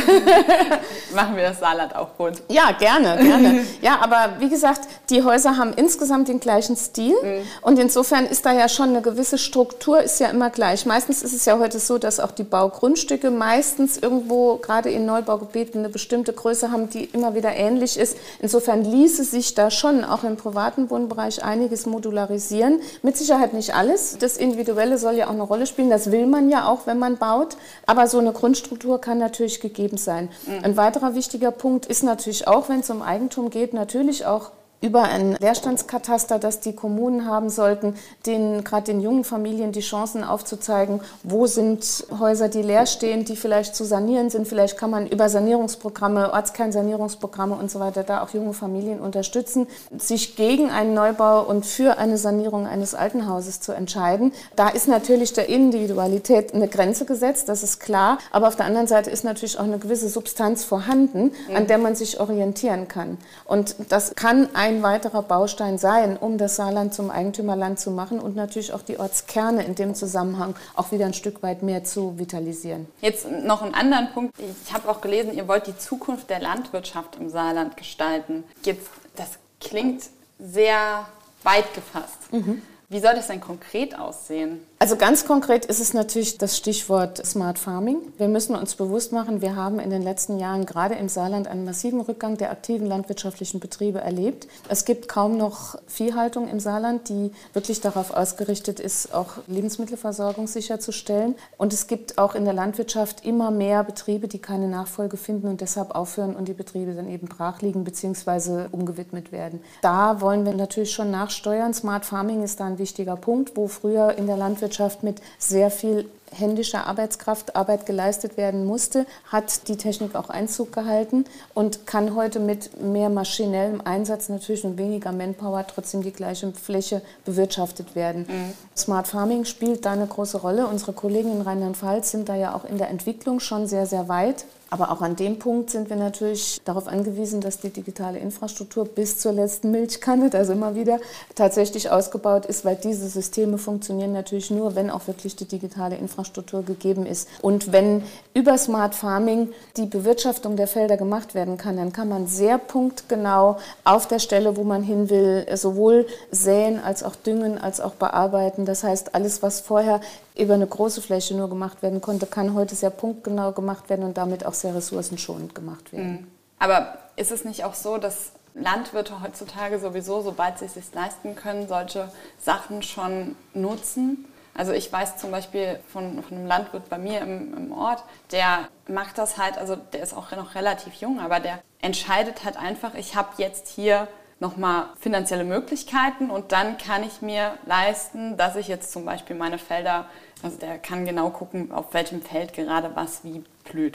Machen wir das Saarland auch bunt. Ja, gerne. Ja, aber wie gesagt, die Häuser haben insgesamt den gleichen Stil und insofern ist da ja schon eine gewisse Struktur, ist ja immer gleich. Meistens ist es ja heute so, dass auch die Baugrundstücke meistens irgendwo, gerade in Neubaugebieten, eine bestimmte Größe haben, die immer wieder ähnlich ist. Insofern ließe sich da schon auch im privaten Wohnbereich einiges modularisieren. Mit Sicherheit nicht alles. Das Individuelle soll ja auch eine Rolle spielen. Das will man ja auch, wenn man baut. Aber so eine Grundstruktur kann natürlich gegeben sein. Ein weiterer wichtiger Punkt ist natürlich auch, wenn es um Eigentum geht, natürlich auch über ein Leerstandskataster, das die Kommunen haben sollten, gerade den jungen Familien die Chancen aufzuzeigen, wo sind Häuser, die leer stehen, die vielleicht zu sanieren sind. Vielleicht kann man über Sanierungsprogramme, Ortskernsanierungsprogramme und so weiter da auch junge Familien unterstützen, sich gegen einen Neubau und für eine Sanierung eines alten Hauses zu entscheiden. Da ist natürlich der Individualität eine Grenze gesetzt, das ist klar. Aber auf der anderen Seite ist natürlich auch eine gewisse Substanz vorhanden, an der man sich orientieren kann. Und das kann ein weiterer Baustein sein, um das Saarland zum Eigentümerland zu machen und natürlich auch die Ortskerne in dem Zusammenhang auch wieder ein Stück weit mehr zu vitalisieren. Jetzt noch einen anderen Punkt. Ich habe auch gelesen, ihr wollt die Zukunft der Landwirtschaft im Saarland gestalten. Das klingt sehr weit gefasst. Wie soll das denn konkret aussehen? Also ganz konkret ist es natürlich das Stichwort Smart Farming. Wir müssen uns bewusst machen, wir haben in den letzten Jahren gerade im Saarland einen massiven Rückgang der aktiven landwirtschaftlichen Betriebe erlebt. Es gibt kaum noch Viehhaltung im Saarland, die wirklich darauf ausgerichtet ist, auch Lebensmittelversorgung sicherzustellen. Und es gibt auch in der Landwirtschaft immer mehr Betriebe, die keine Nachfolge finden und deshalb aufhören und die Betriebe dann eben brach liegen bzw. umgewidmet werden. Da wollen wir natürlich schon nachsteuern. Smart Farming ist da ein wichtiger Punkt, wo früher in der Landwirtschaft mit sehr viel händischer Arbeit geleistet werden musste, hat die Technik auch Einzug gehalten und kann heute mit mehr maschinellem Einsatz natürlich und weniger Manpower trotzdem die gleiche Fläche bewirtschaftet werden. Smart Farming spielt da eine große Rolle. Unsere Kollegen in Rheinland-Pfalz sind da ja auch in der Entwicklung schon sehr, sehr weit. Aber auch an dem Punkt sind wir natürlich darauf angewiesen, dass die digitale Infrastruktur bis zur letzten Milchkanne, also immer wieder, tatsächlich ausgebaut ist, weil diese Systeme funktionieren natürlich nur, wenn auch wirklich die digitale Infrastruktur gegeben ist. Und wenn über Smart Farming die Bewirtschaftung der Felder gemacht werden kann, dann kann man sehr punktgenau auf der Stelle, wo man hin will, sowohl säen als auch düngen, als auch bearbeiten. Das heißt, alles, was vorher über eine große Fläche nur gemacht werden konnte, kann heute sehr punktgenau gemacht werden und damit auch sehr ressourcenschonend gemacht werden. Aber ist es nicht auch so, dass Landwirte heutzutage sowieso, sobald sie es sich leisten können, solche Sachen schon nutzen? Also ich weiß zum Beispiel von einem Landwirt bei mir im Ort, der macht das halt, also der ist auch noch relativ jung, aber der entscheidet halt einfach, ich habe jetzt hier nochmal finanzielle Möglichkeiten und dann kann ich mir leisten, dass ich jetzt zum Beispiel meine Felder, also der kann genau gucken, auf welchem Feld gerade was wie blüht,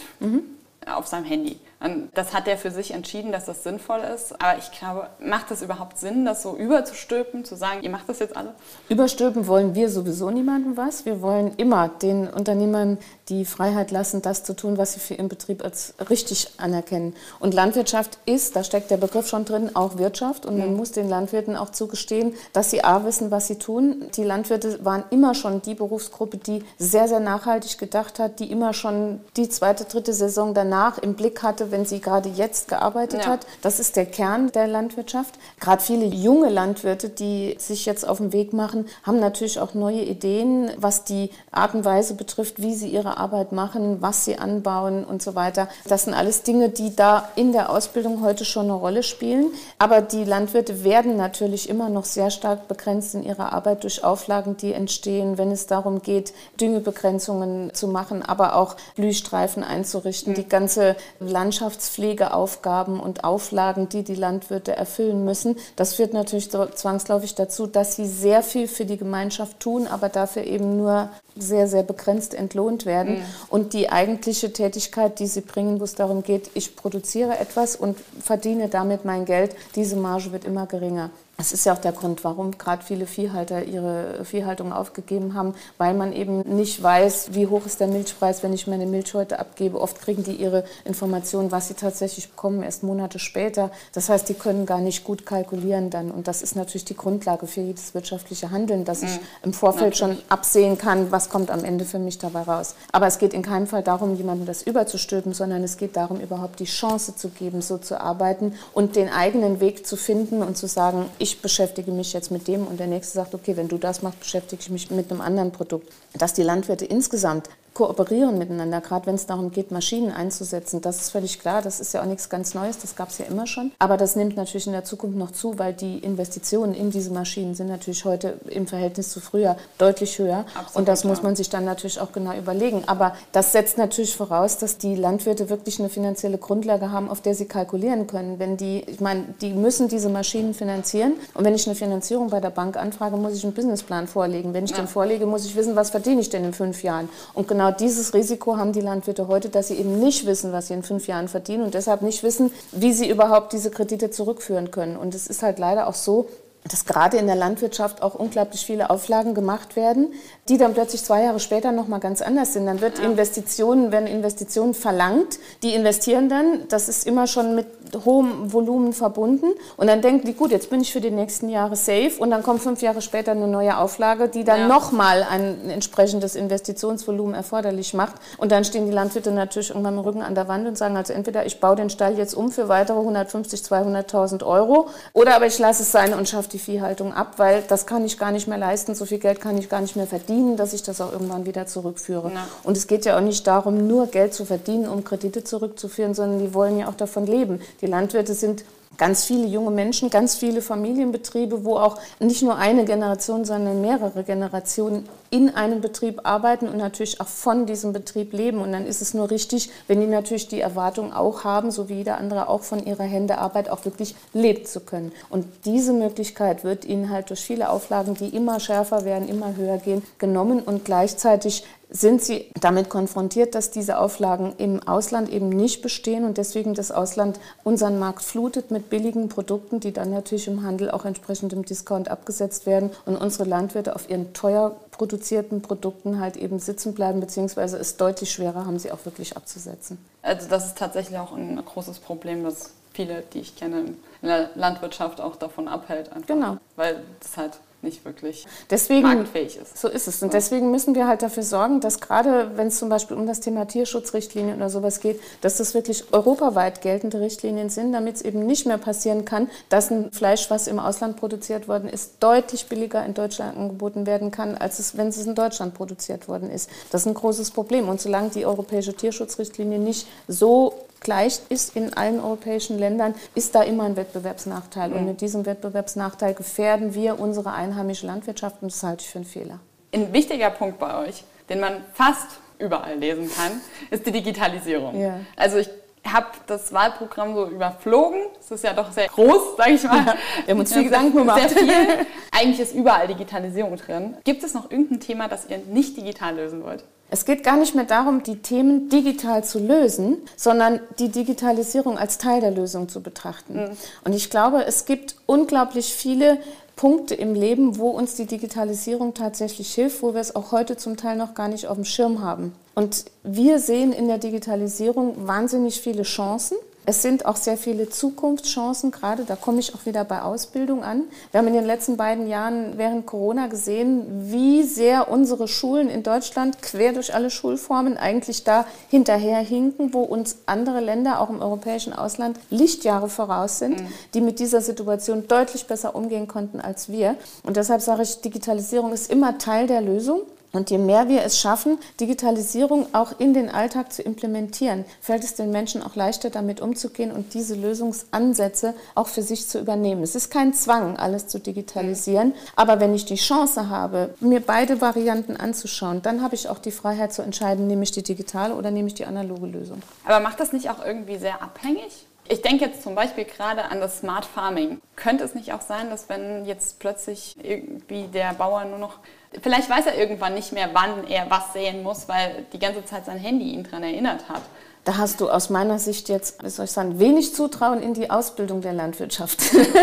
auf seinem Handy. Und das hat er für sich entschieden, dass das sinnvoll ist. Aber ich glaube, macht es überhaupt Sinn, das so überzustülpen, zu sagen, ihr macht das jetzt alle? Überstülpen wollen wir sowieso niemandem was. Wir wollen immer den Unternehmern die Freiheit lassen, das zu tun, was sie für ihren Betrieb als richtig anerkennen. Und Landwirtschaft ist, da steckt der Begriff schon drin, auch Wirtschaft. Und man muss den Landwirten auch zugestehen, dass sie A, wissen, was sie tun. Die Landwirte waren immer schon die Berufsgruppe, die sehr, sehr nachhaltig gedacht hat, die immer schon die zweite, dritte Saison danach im Blick hatte, wenn sie gerade jetzt gearbeitet hat. Das ist der Kern der Landwirtschaft. Gerade viele junge Landwirte, die sich jetzt auf den Weg machen, haben natürlich auch neue Ideen, was die Art und Weise betrifft, wie sie ihre Arbeit machen, was sie anbauen und so weiter. Das sind alles Dinge, die da in der Ausbildung heute schon eine Rolle spielen. Aber die Landwirte werden natürlich immer noch sehr stark begrenzt in ihrer Arbeit durch Auflagen, die entstehen, wenn es darum geht, Düngebegrenzungen zu machen, aber auch Blühstreifen einzurichten, die ganze Landschaftspflegeaufgaben und Auflagen, die die Landwirte erfüllen müssen. Das führt natürlich zwangsläufig dazu, dass sie sehr viel für die Gemeinschaft tun, aber dafür eben nur sehr, sehr begrenzt entlohnt werden. Und die eigentliche Tätigkeit, die sie bringen, wo es darum geht, ich produziere etwas und verdiene damit mein Geld, diese Marge wird immer geringer. Das ist ja auch der Grund, warum gerade viele Viehhalter ihre Viehhaltung aufgegeben haben, weil man eben nicht weiß, wie hoch ist der Milchpreis, wenn ich meine Milch heute abgebe. Oft kriegen die ihre Informationen, was sie tatsächlich bekommen, erst Monate später. Das heißt, die können gar nicht gut kalkulieren dann. Und das ist natürlich die Grundlage für jedes wirtschaftliche Handeln, dass ich im Vorfeld schon absehen kann, was kommt am Ende für mich dabei raus. Aber es geht in keinem Fall darum, jemandem das überzustülpen, sondern es geht darum, überhaupt die Chance zu geben, so zu arbeiten und den eigenen Weg zu finden und zu sagen, ich beschäftige mich jetzt mit dem und der Nächste sagt, okay, wenn du das machst, beschäftige ich mich mit einem anderen Produkt. Dass die Landwirte insgesamt kooperieren miteinander, gerade wenn es darum geht, Maschinen einzusetzen. Das ist völlig klar, das ist ja auch nichts ganz Neues, das gab es ja immer schon. Aber das nimmt natürlich in der Zukunft noch zu, weil die Investitionen in diese Maschinen sind natürlich heute im Verhältnis zu früher deutlich höher. Absolut, und das muss man sich dann natürlich auch genau überlegen. Aber das setzt natürlich voraus, dass die Landwirte wirklich eine finanzielle Grundlage haben, auf der sie kalkulieren können. Wenn die, ich meine, die müssen diese Maschinen finanzieren und wenn ich eine Finanzierung bei der Bank anfrage, muss ich einen Businessplan vorlegen. Wenn ich den vorlege, muss ich wissen, was verdiene ich denn in 5 Jahren. Und genau dieses Risiko haben die Landwirte heute, dass sie eben nicht wissen, was sie in 5 Jahren verdienen und deshalb nicht wissen, wie sie überhaupt diese Kredite zurückführen können. Und es ist halt leider auch so, dass gerade in der Landwirtschaft auch unglaublich viele Auflagen gemacht werden, die dann plötzlich 2 Jahre später noch mal ganz anders sind. Dann werden Investitionen verlangt, die investieren dann, das ist immer schon mit hohem Volumen verbunden und dann denken die, gut, jetzt bin ich für die nächsten Jahre safe und dann kommt 5 Jahre später eine neue Auflage, die dann noch mal ein entsprechendes Investitionsvolumen erforderlich macht und dann stehen die Landwirte natürlich irgendwann mit dem Rücken an der Wand und sagen, also entweder ich baue den Stall jetzt um für weitere 150.000, 200.000 € oder aber ich lasse es sein und schaffe die Viehhaltung ab, weil das kann ich gar nicht mehr leisten, so viel Geld kann ich gar nicht mehr verdienen, dass ich das auch irgendwann wieder zurückführe. Ja. Und es geht ja auch nicht darum, nur Geld zu verdienen, um Kredite zurückzuführen, sondern die wollen ja auch davon leben. Die Landwirte sind ganz viele junge Menschen, ganz viele Familienbetriebe, wo auch nicht nur eine Generation, sondern mehrere Generationen in einem Betrieb arbeiten und natürlich auch von diesem Betrieb leben. Und dann ist es nur richtig, wenn die natürlich die Erwartung auch haben, so wie jeder andere auch von ihrer Händearbeit auch wirklich leben zu können. Und diese Möglichkeit wird ihnen halt durch viele Auflagen, die immer schärfer werden, immer höher gehen, genommen und gleichzeitig sind sie damit konfrontiert, dass diese Auflagen im Ausland eben nicht bestehen und deswegen das Ausland unseren Markt flutet mit billigen Produkten, die dann natürlich im Handel auch entsprechend im Discount abgesetzt werden und unsere Landwirte auf ihren teuer produzierten Produkten halt eben sitzen bleiben, beziehungsweise es deutlich schwerer haben, sie auch wirklich abzusetzen. Also das ist tatsächlich auch ein großes Problem, das viele, die ich kenne, in der Landwirtschaft auch davon abhält. Einfach, genau. Weil das halt nicht wirklich marktfähig ist. So ist es. Und deswegen müssen wir halt dafür sorgen, dass gerade, wenn es zum Beispiel um das Thema Tierschutzrichtlinien oder sowas geht, dass das wirklich europaweit geltende Richtlinien sind, damit es eben nicht mehr passieren kann, dass ein Fleisch, was im Ausland produziert worden ist, deutlich billiger in Deutschland angeboten werden kann, als es, wenn es in Deutschland produziert worden ist. Das ist ein großes Problem. Und solange die europäische Tierschutzrichtlinie nicht so gleich ist in allen europäischen Ländern, ist da immer ein Wettbewerbsnachteil. Und mit diesem Wettbewerbsnachteil gefährden wir unsere einheimische Landwirtschaft und das halte ich für einen Fehler. Ein wichtiger Punkt bei euch, den man fast überall lesen kann, ist die Digitalisierung. Ja. Also ich habe das Wahlprogramm so überflogen. Es ist ja doch sehr groß, sage ich mal. Wir haben uns viel Gedanken gemacht. Sehr viel. Eigentlich ist überall Digitalisierung drin. Gibt es noch irgendein Thema, das ihr nicht digital lösen wollt? Es geht gar nicht mehr darum, die Themen digital zu lösen, sondern die Digitalisierung als Teil der Lösung zu betrachten. Und ich glaube, es gibt unglaublich viele Punkte im Leben, wo uns die Digitalisierung tatsächlich hilft, wo wir es auch heute zum Teil noch gar nicht auf dem Schirm haben. Und wir sehen in der Digitalisierung wahnsinnig viele Chancen. Es sind auch sehr viele Zukunftschancen, gerade da komme ich auch wieder bei Ausbildung an. Wir haben in den letzten beiden Jahren während Corona gesehen, wie sehr unsere Schulen in Deutschland quer durch alle Schulformen eigentlich da hinterherhinken, wo uns andere Länder, auch im europäischen Ausland, Lichtjahre voraus sind, die mit dieser Situation deutlich besser umgehen konnten als wir. Und deshalb sage ich, Digitalisierung ist immer Teil der Lösung. Und je mehr wir es schaffen, Digitalisierung auch in den Alltag zu implementieren, fällt es den Menschen auch leichter, damit umzugehen und diese Lösungsansätze auch für sich zu übernehmen. Es ist kein Zwang, alles zu digitalisieren, aber wenn ich die Chance habe, mir beide Varianten anzuschauen, dann habe ich auch die Freiheit zu entscheiden, nehme ich die digitale oder nehme ich die analoge Lösung. Aber macht das nicht auch irgendwie sehr abhängig? Ich denke jetzt zum Beispiel gerade an das Smart Farming. Könnte es nicht auch sein, dass wenn jetzt plötzlich irgendwie der Bauer nur noch, vielleicht weiß er irgendwann nicht mehr, wann er was säen muss, weil die ganze Zeit sein Handy ihn daran erinnert hat, Da hast du aus meiner Sicht jetzt, wie soll ich sagen, wenig Zutrauen in die Ausbildung der Landwirtschaft.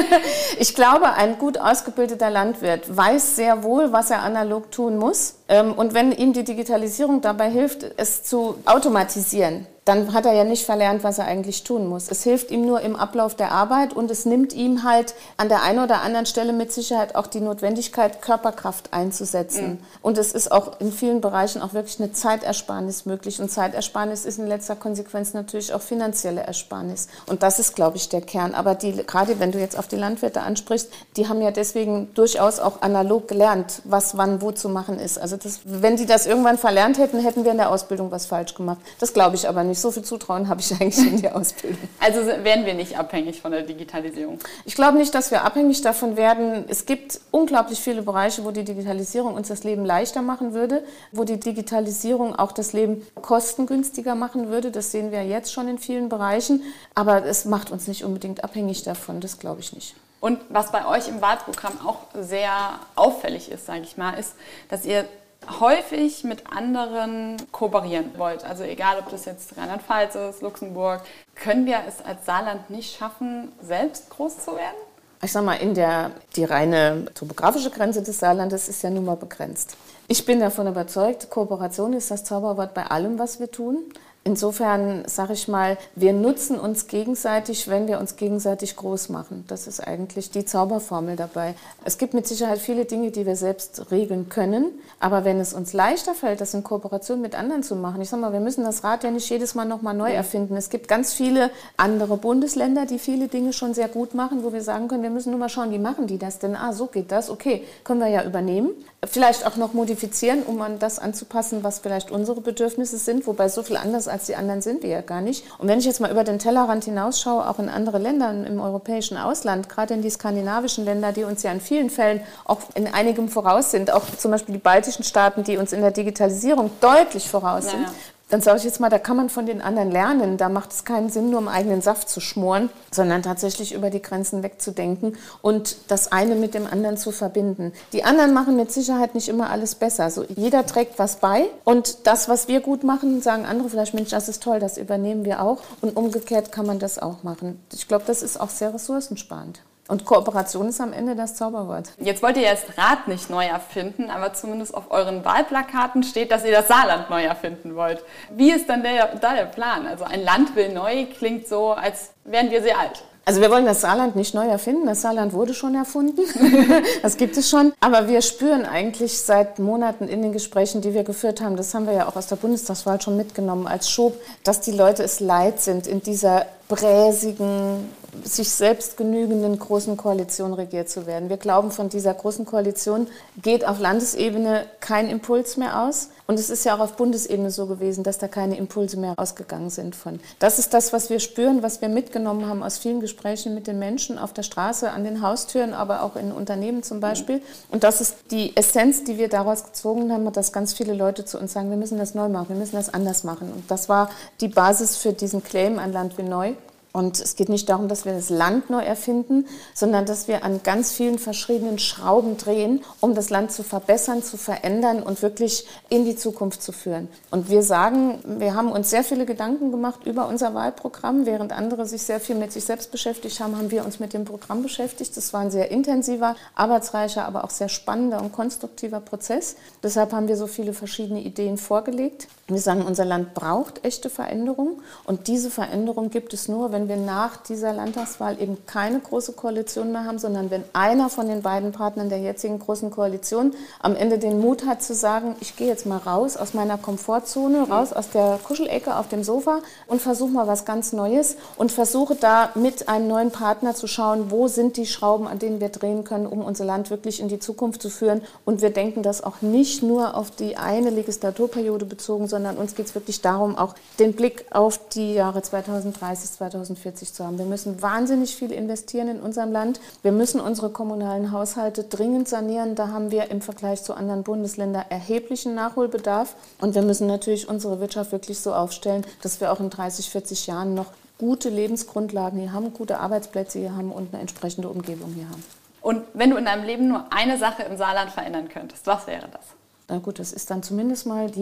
Ich glaube, ein gut ausgebildeter Landwirt weiß sehr wohl, was er analog tun muss. Und wenn ihm die Digitalisierung dabei hilft, es zu automatisieren, dann hat er ja nicht verlernt, was er eigentlich tun muss. Es hilft ihm nur im Ablauf der Arbeit und es nimmt ihm halt an der einen oder anderen Stelle mit Sicherheit auch die Notwendigkeit, Körperkraft einzusetzen. Und es ist auch in vielen Bereichen auch wirklich eine Zeitersparnis möglich. Und Zeitersparnis ist in letzter Konsequenz natürlich auch finanzielle Ersparnis. Und das ist, glaube ich, der Kern. Aber gerade wenn du jetzt auf die Landwirte ansprichst, die haben ja deswegen durchaus auch analog gelernt, was wann wo zu machen ist. Also wenn die das irgendwann verlernt hätten, hätten wir in der Ausbildung was falsch gemacht. Das glaube ich aber nicht. So viel Zutrauen habe ich eigentlich in die Ausbildung. Also werden wir nicht abhängig von der Digitalisierung? Ich glaube nicht, dass wir abhängig davon werden. Es gibt unglaublich viele Bereiche, wo die Digitalisierung uns das Leben leichter machen würde, wo die Digitalisierung auch das Leben kostengünstiger machen würde. Das sehen wir jetzt schon in vielen Bereichen. Aber es macht uns nicht unbedingt abhängig davon. Das glaube ich nicht. Und was bei euch im Wahlprogramm auch sehr auffällig ist, sage ich mal, ist, dass ihr häufig mit anderen kooperieren wollt. Also egal, ob das jetzt Rheinland-Pfalz ist, Luxemburg. Können wir es als Saarland nicht schaffen, selbst groß zu werden? Ich sag mal, die reine topografische Grenze des Saarlandes ist ja nun mal begrenzt. Ich bin davon überzeugt, Kooperation ist das Zauberwort bei allem, was wir tun. Insofern sage ich mal, wir nutzen uns gegenseitig, wenn wir uns gegenseitig groß machen. Das ist eigentlich die Zauberformel dabei. Es gibt mit Sicherheit viele Dinge, die wir selbst regeln können. Aber wenn es uns leichter fällt, das in Kooperation mit anderen zu machen, ich sage mal, wir müssen das Rad ja nicht jedes Mal nochmal neu erfinden. Es gibt ganz viele andere Bundesländer, die viele Dinge schon sehr gut machen, wo wir sagen können, wir müssen nur mal schauen, wie machen die das denn? So geht das, okay, können wir ja übernehmen. Vielleicht auch noch modifizieren, um an das anzupassen, was vielleicht unsere Bedürfnisse sind, wobei so viel anders als die anderen sind wir ja gar nicht. Und wenn ich jetzt mal über den Tellerrand hinausschaue, auch in andere Länder im europäischen Ausland, gerade in die skandinavischen Länder, die uns ja in vielen Fällen auch in einigem voraus sind, auch zum Beispiel die baltischen Staaten, die uns in der Digitalisierung deutlich voraus sind, dann sage ich jetzt mal, da kann man von den anderen lernen. Da macht es keinen Sinn, nur im eigenen Saft zu schmoren, sondern tatsächlich über die Grenzen wegzudenken und das eine mit dem anderen zu verbinden. Die anderen machen mit Sicherheit nicht immer alles besser. Also jeder trägt was bei und das, was wir gut machen, sagen andere vielleicht, Mensch, das ist toll, das übernehmen wir auch. Und umgekehrt kann man das auch machen. Ich glaube, das ist auch sehr ressourcensparend. Und Kooperation ist am Ende das Zauberwort. Jetzt wollt ihr ja das Rad nicht neu erfinden, aber zumindest auf euren Wahlplakaten steht, dass ihr das Saarland neu erfinden wollt. Wie ist dann da der Plan? Also ein Land will neu klingt so, als wären wir sehr alt. Also wir wollen das Saarland nicht neu erfinden. Das Saarland wurde schon erfunden. Das gibt es schon. Aber wir spüren eigentlich seit Monaten in den Gesprächen, die wir geführt haben, das haben wir ja auch aus der Bundestagswahl schon mitgenommen als Schub, dass die Leute es leid sind, in dieser bräsigen, sich selbst genügenden großen Koalition regiert zu werden. Wir glauben, von dieser großen Koalition geht auf Landesebene kein Impuls mehr aus. Und es ist ja auch auf Bundesebene so gewesen, dass da keine Impulse mehr ausgegangen sind von. Das ist das, was wir spüren, was wir mitgenommen haben aus vielen Gesprächen mit den Menschen auf der Straße, an den Haustüren, aber auch in Unternehmen zum Beispiel. Und das ist die Essenz, die wir daraus gezogen haben, dass ganz viele Leute zu uns sagen, wir müssen das neu machen, wir müssen das anders machen. Und das war die Basis für diesen Claim, ein Land wie neu. Und es geht nicht darum, dass wir das Land neu erfinden, sondern dass wir an ganz vielen verschiedenen Schrauben drehen, um das Land zu verbessern, zu verändern und wirklich in die Zukunft zu führen. Und wir sagen, wir haben uns sehr viele Gedanken gemacht über unser Wahlprogramm. Während andere sich sehr viel mit sich selbst beschäftigt haben, haben wir uns mit dem Programm beschäftigt. Das war ein sehr intensiver, arbeitsreicher, aber auch sehr spannender und konstruktiver Prozess. Deshalb haben wir so viele verschiedene Ideen vorgelegt. Wir sagen, unser Land braucht echte Veränderung. Und diese Veränderung gibt es nur, wenn wir nach dieser Landtagswahl eben keine große Koalition mehr haben, sondern wenn einer von den beiden Partnern der jetzigen großen Koalition am Ende den Mut hat zu sagen, ich gehe jetzt mal raus aus meiner Komfortzone, raus aus der Kuschelecke auf dem Sofa und versuche mal was ganz Neues und versuche da mit einem neuen Partner zu schauen, wo sind die Schrauben, an denen wir drehen können, um unser Land wirklich in die Zukunft zu führen. Und wir denken das auch nicht nur auf die eine Legislaturperiode bezogen, sondern uns geht es wirklich darum, auch den Blick auf die Jahre 2030, 2040 zu haben. Wir müssen wahnsinnig viel investieren in unserem Land. Wir müssen unsere kommunalen Haushalte dringend sanieren. Da haben wir im Vergleich zu anderen Bundesländern erheblichen Nachholbedarf. Und wir müssen natürlich unsere Wirtschaft wirklich so aufstellen, dass wir auch in 30, 40 Jahren noch gute Lebensgrundlagen hier haben, gute Arbeitsplätze hier haben und eine entsprechende Umgebung hier haben. Und wenn du in deinem Leben nur eine Sache im Saarland verändern könntest, was wäre das? Na gut, das ist dann zumindest mal die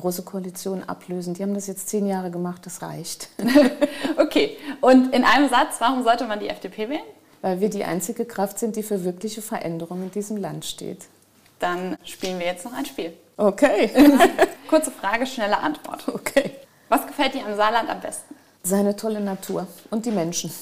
Große Koalition ablösen. Die haben das jetzt 10 Jahre gemacht, das reicht. Okay, und in einem Satz, warum sollte man die FDP wählen? Weil wir die einzige Kraft sind, die für wirkliche Veränderung in diesem Land steht. Dann spielen wir jetzt noch ein Spiel. Okay. Kurze Frage, schnelle Antwort. Okay. Was gefällt dir am Saarland am besten? Seine tolle Natur und die Menschen.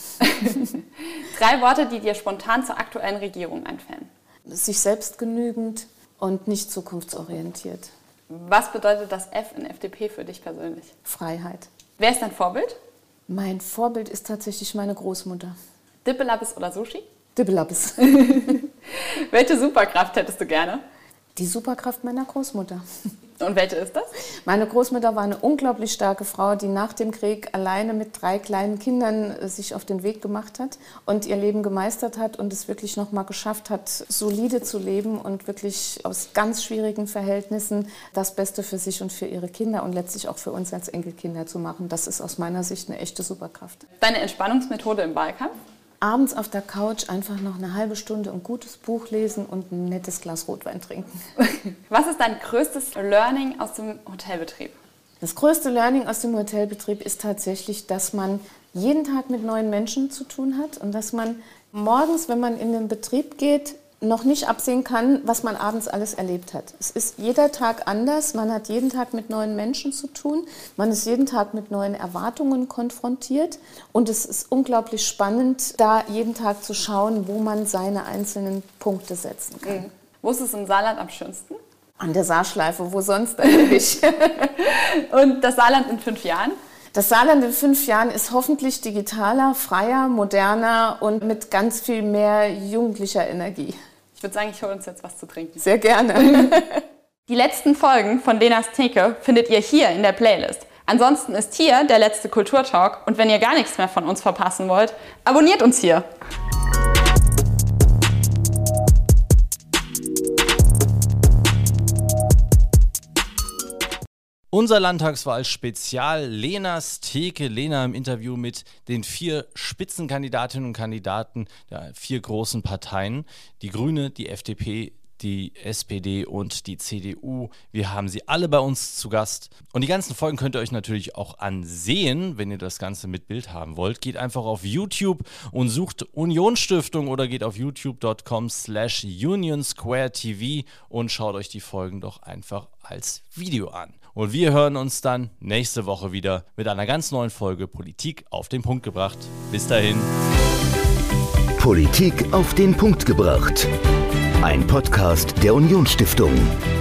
3 Worte, die dir spontan zur aktuellen Regierung einfallen. Sich selbst genügend und nicht zukunftsorientiert. Was bedeutet das F in FDP für dich persönlich? Freiheit. Wer ist dein Vorbild? Mein Vorbild ist tatsächlich meine Großmutter. Dippelabbes oder Sushi? Dibbelabbes. Welche Superkraft hättest du gerne? Die Superkraft meiner Großmutter. Und welche ist das? Meine Großmutter war eine unglaublich starke Frau, die nach dem Krieg alleine mit 3 kleinen Kindern sich auf den Weg gemacht hat und ihr Leben gemeistert hat und es wirklich noch mal geschafft hat, solide zu leben und wirklich aus ganz schwierigen Verhältnissen das Beste für sich und für ihre Kinder und letztlich auch für uns als Enkelkinder zu machen. Das ist aus meiner Sicht eine echte Superkraft. Deine Entspannungsmethode im Wahlkampf? Abends auf der Couch einfach noch eine halbe Stunde ein gutes Buch lesen und ein nettes Glas Rotwein trinken. Was ist dein größtes Learning aus dem Hotelbetrieb? Das größte Learning aus dem Hotelbetrieb ist tatsächlich, dass man jeden Tag mit neuen Menschen zu tun hat und dass man morgens, wenn man in den Betrieb geht, noch nicht absehen kann, was man abends alles erlebt hat. Es ist jeder Tag anders, man hat jeden Tag mit neuen Menschen zu tun, man ist jeden Tag mit neuen Erwartungen konfrontiert und es ist unglaublich spannend, da jeden Tag zu schauen, wo man seine einzelnen Punkte setzen kann. Mhm. Wo ist es im Saarland am schönsten? An der Saarschleife, wo sonst eigentlich? Und das Saarland in 5 Jahren? Das Saarland in 5 Jahren ist hoffentlich digitaler, freier, moderner und mit ganz viel mehr jugendlicher Energie. Ich würde sagen, ich hole uns jetzt was zu trinken. Sehr gerne. Die letzten Folgen von Lenas Theke findet ihr hier in der Playlist. Ansonsten ist hier der letzte Kulturtalk und wenn ihr gar nichts mehr von uns verpassen wollt, abonniert uns hier. Unser Landtagswahl-Spezial Lenas Theke. Lena im Interview mit den 4 Spitzenkandidatinnen und Kandidaten der 4 großen Parteien. Die Grüne, die FDP, die SPD und die CDU. Wir haben sie alle bei uns zu Gast. Und die ganzen Folgen könnt ihr euch natürlich auch ansehen, wenn ihr das Ganze mit Bild haben wollt. Geht einfach auf YouTube und sucht Unionsstiftung oder geht auf youtube.com/UnionSquareTV und schaut euch die Folgen doch einfach als Video an. Und wir hören uns dann nächste Woche wieder mit einer ganz neuen Folge Politik auf den Punkt gebracht. Bis dahin. Politik auf den Punkt gebracht. Ein Podcast der Unionsstiftung.